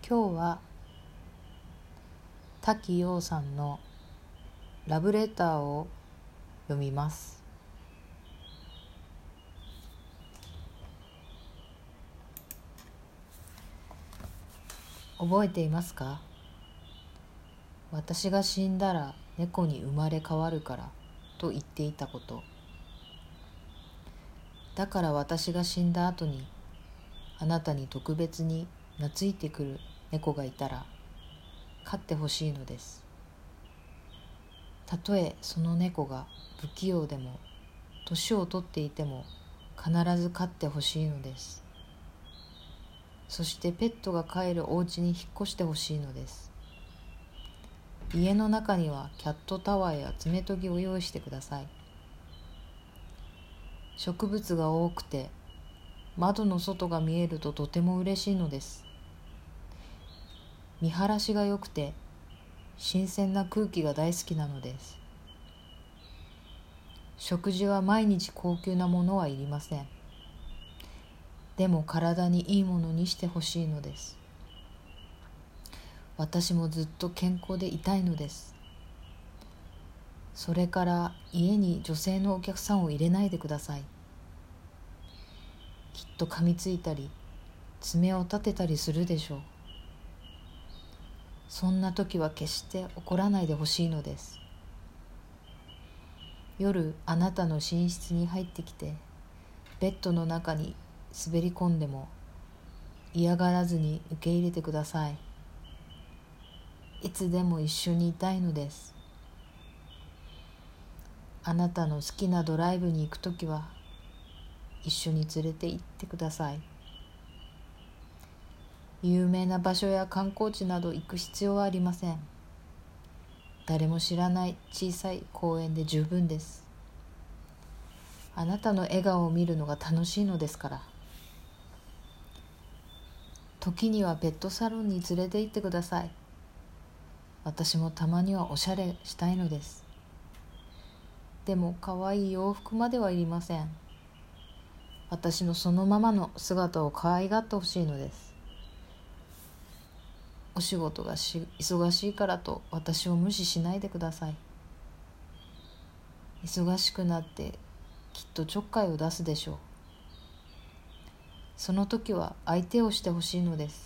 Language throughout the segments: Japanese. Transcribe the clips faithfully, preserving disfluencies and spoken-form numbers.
今日は滝陽さんのラブレターを読みます。覚えていますか？私が死んだら猫に生まれ変わるからと言っていたこと。だから私が死んだ後にあなたに特別に懐いてくる猫がいたら飼ってほしいのです。たとえその猫が不器用でも年を取っていても必ず飼ってほしいのです。そしてペットが飼えるお家に引っ越してほしいのです。家の中にはキャットタワーや爪研ぎを用意してください。植物が多くて窓の外が見えるととても嬉しいのです。見晴らしが良くて新鮮な空気が大好きなのです。食事は毎日高級なものはいりません。でも体にいいものにしてほしいのです。私もずっと健康でいたいのです。それから家に女性のお客さんを入れないでください。きっと噛みついたり爪を立てたりするでしょう。そんな時は決して怒らないでほしいのです。夜あなたの寝室に入ってきてベッドの中に滑り込んでも嫌がらずに受け入れてください。いつでも一緒にいたいのです。あなたの好きなドライブに行くときは一緒に連れて行ってください。有名な場所や観光地など行く必要はありません。誰も知らない小さい公園で十分です。あなたの笑顔を見るのが楽しいのですから。時にはペットサロンに連れて行ってください。私もたまにはおしゃれしたいのです。でも可愛い洋服まではいりません。私のそのままの姿を可愛がってほしいのです。お仕事がし忙しいからと私を無視しないでください。忙しくなってきっとちょっかいを出すでしょう。その時は相手をしてほしいのです。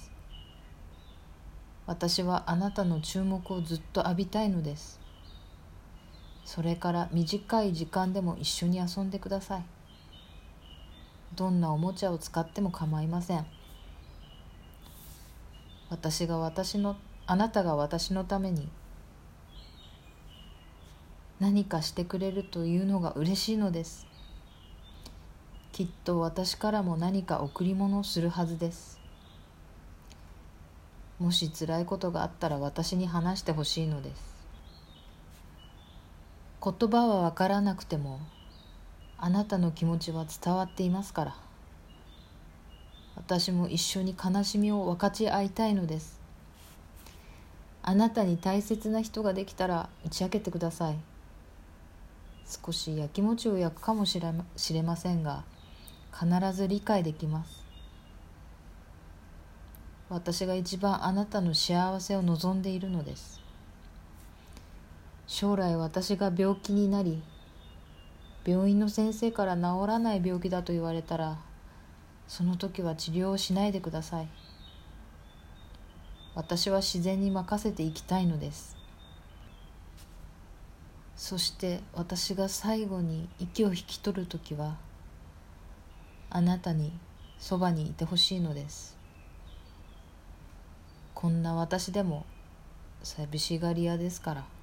私はあなたの注目をずっと浴びたいのです。それから短い時間でも一緒に遊んでください。どんなおもちゃを使っても構いません。私が私のあなたが私のために何かしてくれるというのが嬉しいのです。きっと私からも何か贈り物をするはずです。もし辛いことがあったら私に話してほしいのです。言葉はわからなくてもあなたの気持ちは伝わっていますから。私も一緒に悲しみを分かち合いたいのです。あなたに大切な人ができたら打ち明けてください。少しやきもちを焼くかもしれま、しれませんが必ず理解できます。私が一番あなたの幸せを望んでいるのです。将来私が病気になり病院の先生から治らない病気だと言われたらその時は治療をしないでください。私は自然に任せて生きたいのです。そして私が最後に息を引き取る時はあなたにそばにいてほしいのです。こんな私でも寂しがり屋ですから。